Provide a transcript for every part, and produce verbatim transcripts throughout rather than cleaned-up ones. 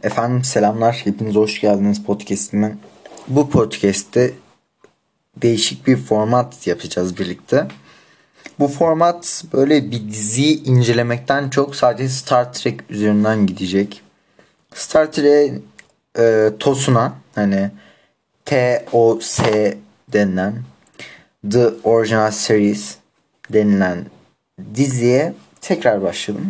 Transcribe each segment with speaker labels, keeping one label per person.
Speaker 1: Efendim selamlar, hepiniz hoş geldiniz podcast'ime. Bu podcast'te değişik bir format yapacağız birlikte. Bu format böyle bir diziyi incelemekten çok sadece Star Trek üzerinden gidecek. Star Trek e, TOS'una hani T O S denilen The Original Series denilen diziye tekrar başladım.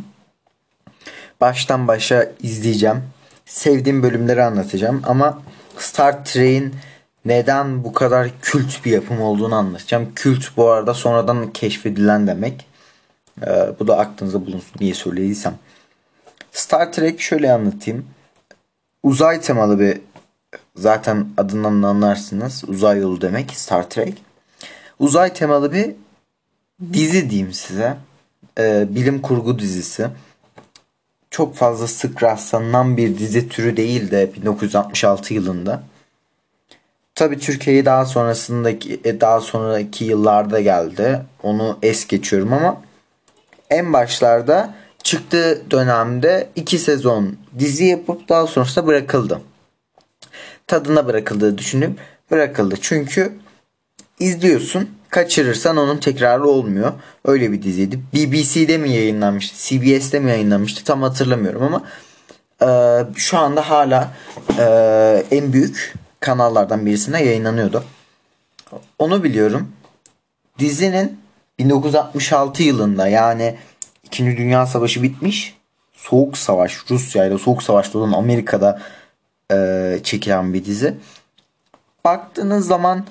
Speaker 1: Baştan başa izleyeceğim. Sevdiğim bölümleri anlatacağım ama Star Trek'in neden bu kadar kült bir yapım olduğunu anlatacağım. Kült bu arada sonradan keşfedilen demek. Ee, bu da aklınızda bulunsun diye söylediysem. Star Trek şöyle anlatayım. Uzay temalı bir, zaten adından anlarsınız. Uzay yolu demek Star Trek. Uzay temalı bir dizi diyeyim size. Ee, bilim kurgu dizisi. Çok fazla sık rastlanan bir dizi türü değil de bin dokuz yüz altmış altı yılında. Tabii Türkiye'ye daha sonrasındaki e, daha sonraki yıllarda geldi. Onu es geçiyorum ama en başlarda çıktığı dönemde iki sezon dizi yapıp daha sonrasında bırakıldı. Tadına bırakıldığı düşünüp bırakıldı. Çünkü izliyorsun, kaçırırsan onun tekrarı olmuyor. Öyle bir diziydi. B B C'de mi yayınlanmıştı, C B S'de mi yayınlanmıştı tam hatırlamıyorum ama e, şu anda hala e, en büyük kanallardan birisinde yayınlanıyordu. Onu biliyorum. Dizinin bin dokuz yüz altmış altı yılında, yani İkinci Dünya Savaşı bitmiş, Soğuk Savaş, Rusya ile Soğuk Savaş'ta olan Amerika'da e, çekilen bir dizi. Baktığınız zaman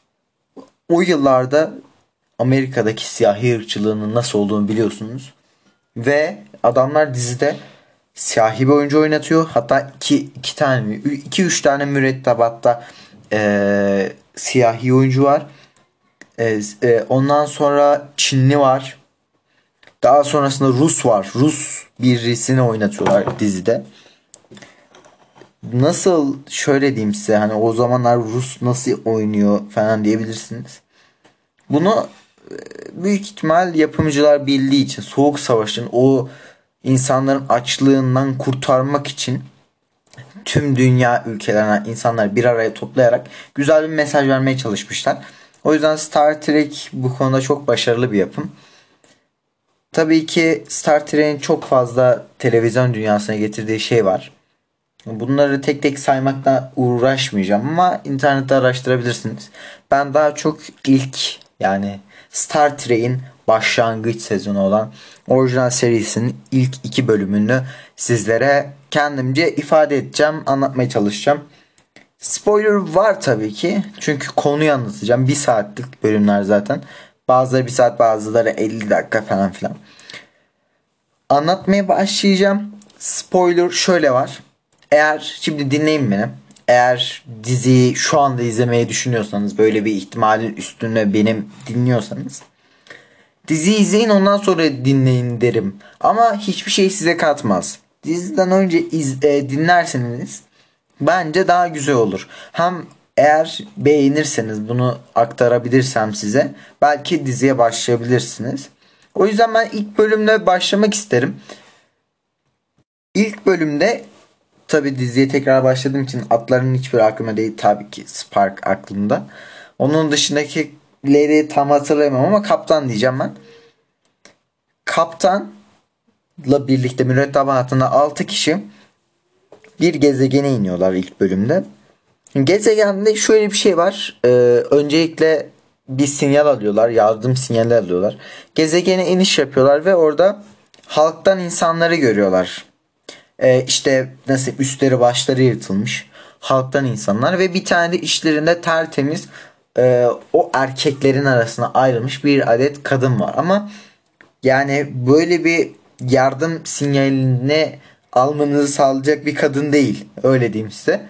Speaker 1: o yıllarda Amerika'daki siyahi ırkçılığının nasıl olduğunu biliyorsunuz. Ve adamlar dizide siyahi bir oyuncu oynatıyor. Hatta iki, iki tane mi? iki üç tane mürettebatta e, siyahi oyuncu var. E, e, ondan sonra Çinli var. Daha sonrasında Rus var. Rus birisini oynatıyorlar dizide. Nasıl, şöyle diyeyim size, hani o zamanlar Rus nasıl oynuyor falan diyebilirsiniz. Bunu büyük ihtimal yapımcılar bildiği için, Soğuk Savaş'ın o insanların açlığından kurtarmak için tüm dünya ülkelerine insanlar bir araya toplayarak güzel bir mesaj vermeye çalışmışlar. O yüzden Star Trek bu konuda çok başarılı bir yapım. Tabii ki Star Trek'in çok fazla televizyon dünyasına getirdiği şey var. Bunları tek tek saymakla uğraşmayacağım ama internette araştırabilirsiniz. Ben daha çok ilk, yani Star Trek'in başlangıç sezonu olan orijinal serisinin ilk iki bölümünü sizlere kendimce ifade edeceğim, anlatmaya çalışacağım. Spoiler var tabii ki. Çünkü konuyu anlatacağım. Bir saatlik bölümler zaten. Bazıları bir saat, bazıları elli dakika falan filan. Anlatmaya başlayacağım. Spoiler şöyle var. Eğer şimdi dinleyin beni. Eğer diziyi şu anda izlemeyi düşünüyorsanız, böyle bir ihtimalin üstüne benim dinliyorsanız, diziyi izleyin, ondan sonra dinleyin derim. Ama hiçbir şey size katmaz. Diziden önce iz, e, dinlerseniz bence daha güzel olur. Hem eğer beğenirseniz, bunu aktarabilirsem size, belki diziye başlayabilirsiniz. O yüzden ben ilk bölümle başlamak isterim. İlk bölümde, tabi diziye tekrar başladığım için atların hiçbir aklımda değil, tabii ki Spark aklımda. Onun dışındakileri tam hatırlayamam ama kaptan diyeceğim ben. Kaptanla birlikte mürettebatında altı kişi bir gezegene iniyorlar ilk bölümde. Gezegende şöyle bir şey var. Ee, öncelikle bir sinyal alıyorlar. Yardım sinyali alıyorlar. Gezegene iniş yapıyorlar ve orada halktan insanları görüyorlar. Ee, işte nasıl, üstleri başları yırtılmış halktan insanlar ve bir tane de işlerinde tertemiz e, o erkeklerin arasına ayrılmış bir adet kadın var. Ama yani böyle bir yardım sinyalini almanızı sağlayacak bir kadın değil. Öyle diyeyim size.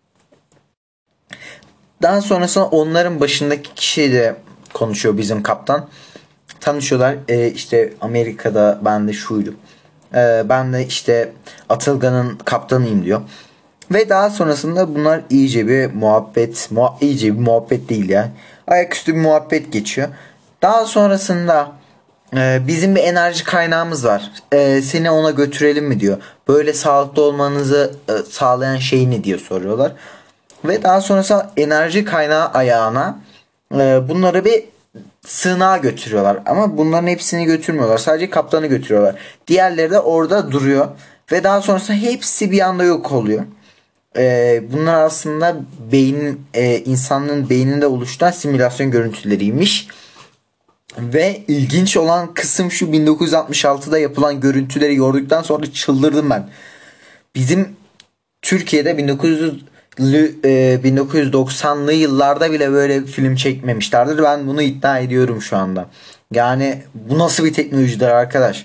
Speaker 1: Daha sonrasında onların başındaki kişiyle konuşuyor bizim kaptan. Tanışıyorlar. Ee, işte Amerika'da ben de şuydum. Ee, ben de işte Atılgan'ın kaptanıyım diyor. Ve daha sonrasında bunlar iyice bir muhabbet, muha- iyice bir muhabbet değil ya. Ayaküstü bir muhabbet geçiyor. Daha sonrasında Ee, bizim bir enerji kaynağımız var. Ee, seni ona götürelim mi diyor. Böyle sağlıklı olmanızı e, sağlayan şey ne diye soruyorlar. Ve daha sonrasında enerji kaynağı ayağına e, bunları bir sığınağa götürüyorlar. Ama bunların hepsini götürmüyorlar. Sadece kaptanı götürüyorlar. Diğerleri de orada duruyor. Ve daha sonrasında hepsi bir anda yok oluyor. Ee, bunlar aslında beyin e, insanın beyninde oluşturan simülasyon görüntüleriymiş. Ve ilginç olan kısım şu: bin dokuz yüz altmış altıda yapılan görüntüleri gördükten sonra çıldırdım ben. Bizim Türkiye'de bin dokuz yüzlü e, bin dokuz yüz doksanlı yıllarda bile böyle film çekmemişlerdir. Ben bunu iddia ediyorum şu anda. Yani bu nasıl bir teknolojidir arkadaş?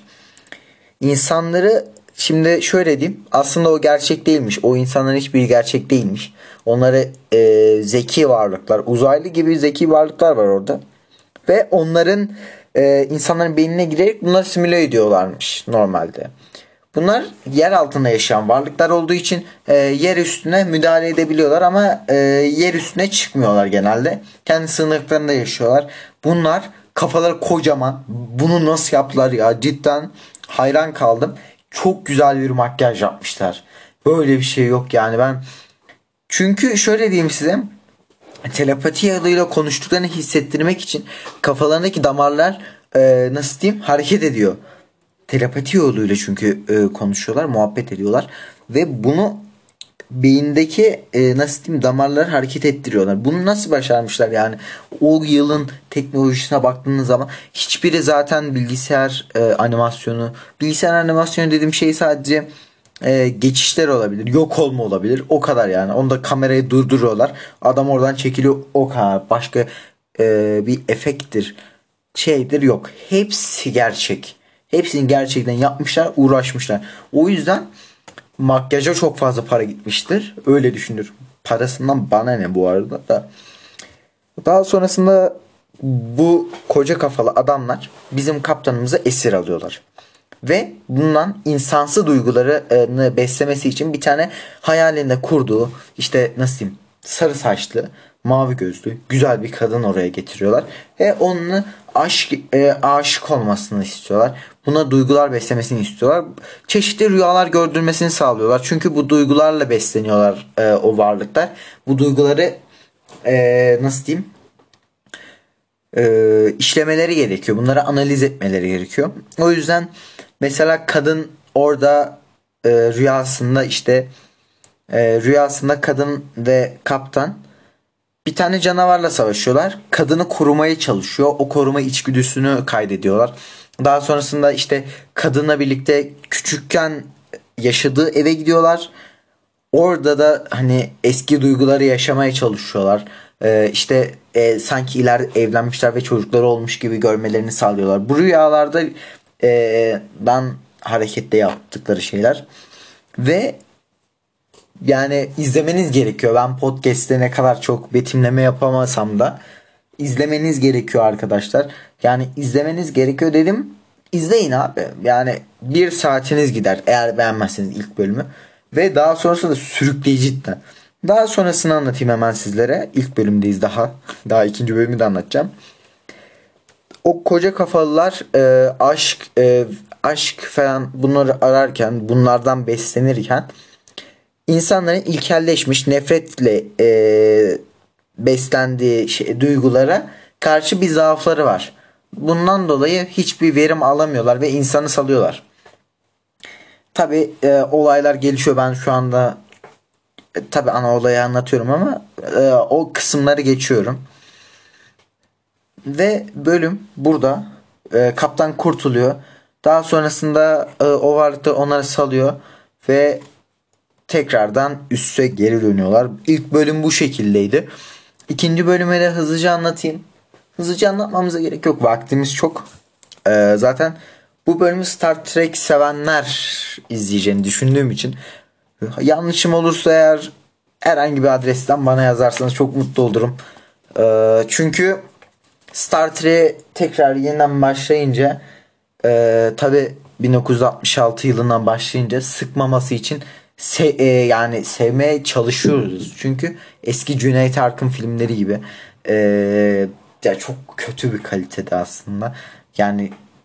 Speaker 1: İnsanları, şimdi şöyle diyeyim, aslında o gerçek değilmiş. O insanların hiçbiri gerçek değilmiş. Onları e, zeki varlıklar, uzaylı gibi zeki varlıklar var orada. Ve onların e, insanların beynine girerek bunları simüle ediyorlarmış normalde. Bunlar yer altında yaşayan varlıklar olduğu için e, yer üstüne müdahale edebiliyorlar ama e, yer üstüne çıkmıyorlar genelde. Kendi sığınaklarında yaşıyorlar. Bunlar kafaları kocaman. Bunu nasıl yaptılar ya? Cidden hayran kaldım. Çok güzel bir makyaj yapmışlar. Böyle bir şey yok yani. Ben çünkü şöyle diyeyim size, telepati yoluyla konuştuklarını hissettirmek için kafalarındaki damarlar e, nasıl diyeyim hareket ediyor. Telepati yoluyla çünkü e, konuşuyorlar, muhabbet ediyorlar ve bunu beyindeki e, nasıl diyeyim damarları hareket ettiriyorlar. Bunu nasıl başarmışlar yani? O yılın teknolojisine baktığınız zaman hiçbiri zaten bilgisayar e, animasyonu. Bilgisayar animasyonu dediğim şey sadece e, geçişler olabilir, yok olma olabilir. O kadar yani. Onda kamerayı durduruyorlar. Adam oradan çekiliyor. O kadar. Başka e, bir efekttir, şeydir yok. Hepsi gerçek. Hepsini gerçekten yapmışlar, uğraşmışlar. O yüzden makyaja çok fazla para gitmiştir. Öyle düşünür. Parasından bana ne bu arada da. Daha sonrasında bu koca kafalı adamlar bizim kaptanımızı esir alıyorlar. Ve bundan insansı duygularını beslemesi için bir tane hayalinde kurduğu, işte nasıl diyeyim, sarı saçlı, mavi gözlü, güzel bir kadın oraya getiriyorlar. Ve onun aşk, e, aşık olmasını istiyorlar. Buna duygular beslemesini istiyorlar. Çeşitli rüyalar gördürmesini sağlıyorlar. Çünkü bu duygularla besleniyorlar e, o varlıklar. Bu duyguları e, nasıl diyeyim, e, işlemeleri gerekiyor. Bunları analiz etmeleri gerekiyor. O yüzden mesela kadın orada e, rüyasında işte e, rüyasında kadın ve kaptan bir tane canavarla savaşıyorlar. Kadını korumaya çalışıyor. O koruma içgüdüsünü kaydediyorlar. Daha sonrasında işte kadınla birlikte küçükken yaşadığı eve gidiyorlar. Orada da hani eski duyguları yaşamaya çalışıyorlar. Ee, işte e, sanki ileride evlenmişler ve çocukları olmuş gibi görmelerini sağlıyorlar. Bu rüyalarda e, dan hareketle yaptıkları şeyler. Ve yani izlemeniz gerekiyor. Ben podcast'te ne kadar çok betimleme yapamasam da izlemeniz gerekiyor arkadaşlar. Yani izlemeniz gerekiyor dedim. İzleyin abi. Yani bir saatiniz gider eğer beğenmezseniz ilk bölümü. Ve daha sonrasında da sürükleyici cidden. Daha sonrasını anlatayım hemen sizlere. İlk bölümdeyiz daha. Daha ikinci bölümü de anlatacağım. O koca kafalılar e, aşk e, aşk falan bunları ararken, bunlardan beslenirken insanların ilkelleşmiş nefretle e, beslendiği şey, duygulara karşı bir zaafları var. Bundan dolayı hiçbir verim alamıyorlar ve insanı salıyorlar. Tabi e, olaylar gelişiyor. Ben şu anda e, tabi ana olayı anlatıyorum ama e, o kısımları geçiyorum. Ve bölüm burada. E, kaptan kurtuluyor. Daha sonrasında e, o varlıkta onları salıyor ve tekrardan üste geri dönüyorlar. İlk bölüm bu şekildeydi. İkinci bölüme de hızlıca anlatayım. Hızlıca anlatmamıza gerek yok. Vaktimiz çok. Ee, zaten bu bölümü Star Trek sevenler izleyeceğini düşündüğüm için, yanlışım olursa eğer herhangi bir adresten bana yazarsanız çok mutlu olurum. Ee, çünkü Star Trek tekrar yeniden başlayınca e, tabi bin dokuz yüz altmış altı yılından başlayınca sıkmaması için se- e, yani sevmeye çalışıyoruz. Çünkü eski Cüneyt Arkın filmleri gibi e, ya çok kötü bir kalitede aslında. Yani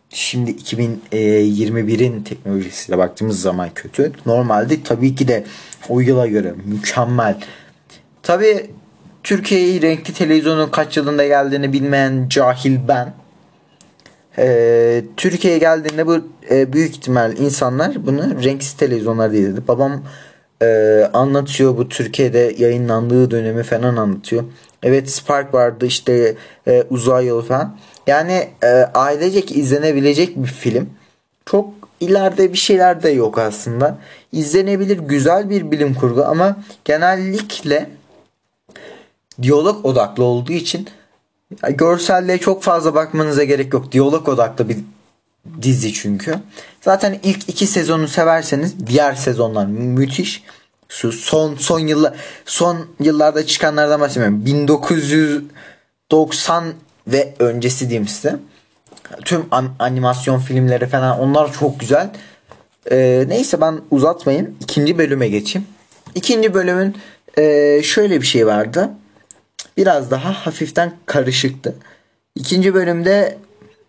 Speaker 1: şimdi iki bin yirmi birin teknolojisiyle baktığımız zaman kötü. Normalde tabii ki de o yıla göre mükemmel. Tabii Türkiye'ye renkli televizyonun kaç yılında geldiğini bilmeyen cahil ben. Ee, Türkiye'ye geldiğinde bu e, büyük ihtimal insanlar bunu renksiz televizyonlar diye dedi. Babam e, anlatıyor, bu Türkiye'de yayınlandığı dönemi falan anlatıyor. Evet, Spark vardı, işte e, uzay yolu falan. Yani e, ailecek izlenebilecek bir film. Çok ileride bir şeyler de yok aslında. İzlenebilir güzel bir bilim kurgu ama genellikle diyalog odaklı olduğu için ya, görselliğe çok fazla bakmanıza gerek yok. Diyalog odaklı bir dizi çünkü. Zaten ilk iki sezonu severseniz diğer sezonlar müthiş. Şu son son yıllar son yıllarda çıkanlardan bahsetmiyorum. bin dokuz yüz doksan ve öncesi diyeyim size. Tüm an- animasyon filmleri falan, onlar çok güzel. Ee, neyse ben uzatmayayım. İkinci bölüme geçeyim. İkinci bölümün e, şöyle bir şey vardı. Biraz daha hafiften karışıktı. İkinci bölümde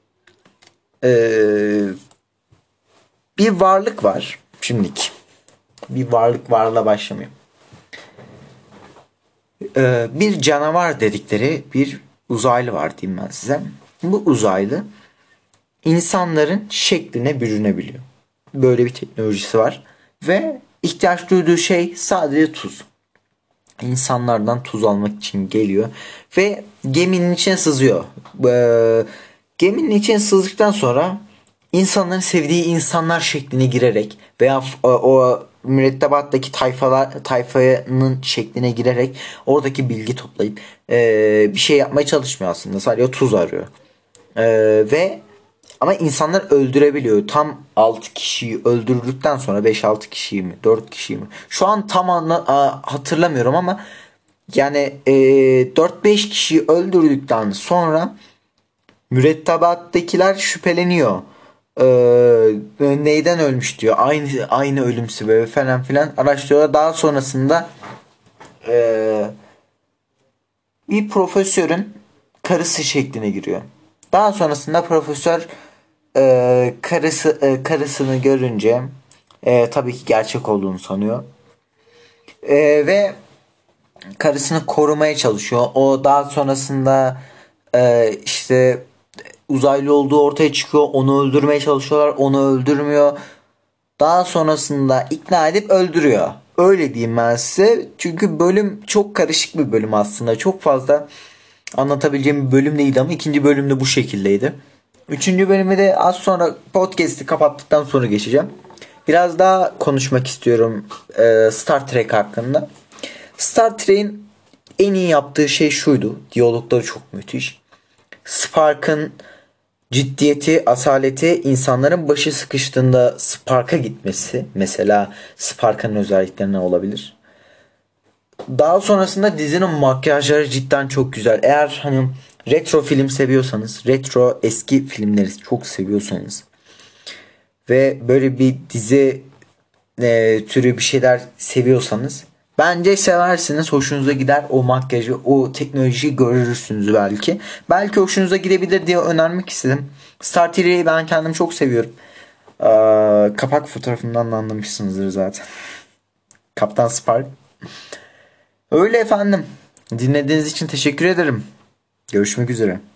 Speaker 1: Ee, bir varlık var. Şimdiki. Bir varlık varla başlamıyor. Ee, bir canavar dedikleri bir uzaylı var diyeyim ben size. Bu uzaylı insanların şekline bürünebiliyor. Böyle bir teknolojisi var. Ve ihtiyaç duyduğu şey sadece tuz. İnsanlardan tuz almak için geliyor. Ve geminin içine sızıyor. Ee, geminin içine sızdıktan sonra insanların sevdiği insanlar şekline girerek veya o, o mürettebattaki tayfalar tayfanın şekline girerek oradaki bilgi toplayıp e, bir şey yapmaya çalışmıyor aslında. Sadece tuz arıyor. E, ve ama insanlar öldürebiliyor. Tam altı kişiyi öldürdükten sonra beş altı kişiyi mi dört kişiyi mi? Şu an tam anla, a, hatırlamıyorum ama yani e, dört beş kişiyi öldürdükten sonra mürettebattakiler şüpheleniyor. Ee, neyden ölmüş diyor. Aynı aynı ölüm sebebi falan filan araştırıyorlar. Daha sonrasında e, bir profesörün karısı şekline giriyor. Daha sonrasında profesör e, karısı e, karısını görünce e, tabii ki gerçek olduğunu sanıyor. E, ve karısını korumaya çalışıyor. O daha sonrasında e, işte uzaylı olduğu ortaya çıkıyor. Onu öldürmeye çalışıyorlar. Onu öldürmüyor. Daha sonrasında ikna edip öldürüyor. Öyle diyeyim ben size. Çünkü bölüm çok karışık bir bölüm aslında. Çok fazla anlatabileceğim bir bölüm değildi ama ikinci bölümde bu şekildeydi. Üçüncü bölümü de az sonra podcast'i kapattıktan sonra geçeceğim. Biraz daha konuşmak istiyorum e, Star Trek hakkında. Star Trek'in en iyi yaptığı şey şuydu. Diyalogları çok müthiş. Spark'ın ciddiyeti, asaleti, insanların başı sıkıştığında Spark'a gitmesi. Mesela Spark'ın özelliklerinden olabilir. Daha sonrasında dizinin makyajları cidden çok güzel. Eğer hani retro film seviyorsanız, retro eski filmleri çok seviyorsanız ve böyle bir dizi e, türü bir şeyler seviyorsanız bence seversiniz. Hoşunuza gider, o makyajı, o teknolojiyi görürsünüz belki. Belki hoşunuza gidebilir diye önermek istedim. Star Trek'i ben kendim çok seviyorum. Aa, kapak fotoğrafından da anlamışsınızdır zaten. Kaptan Spark. Öyle efendim. Dinlediğiniz için teşekkür ederim. Görüşmek üzere.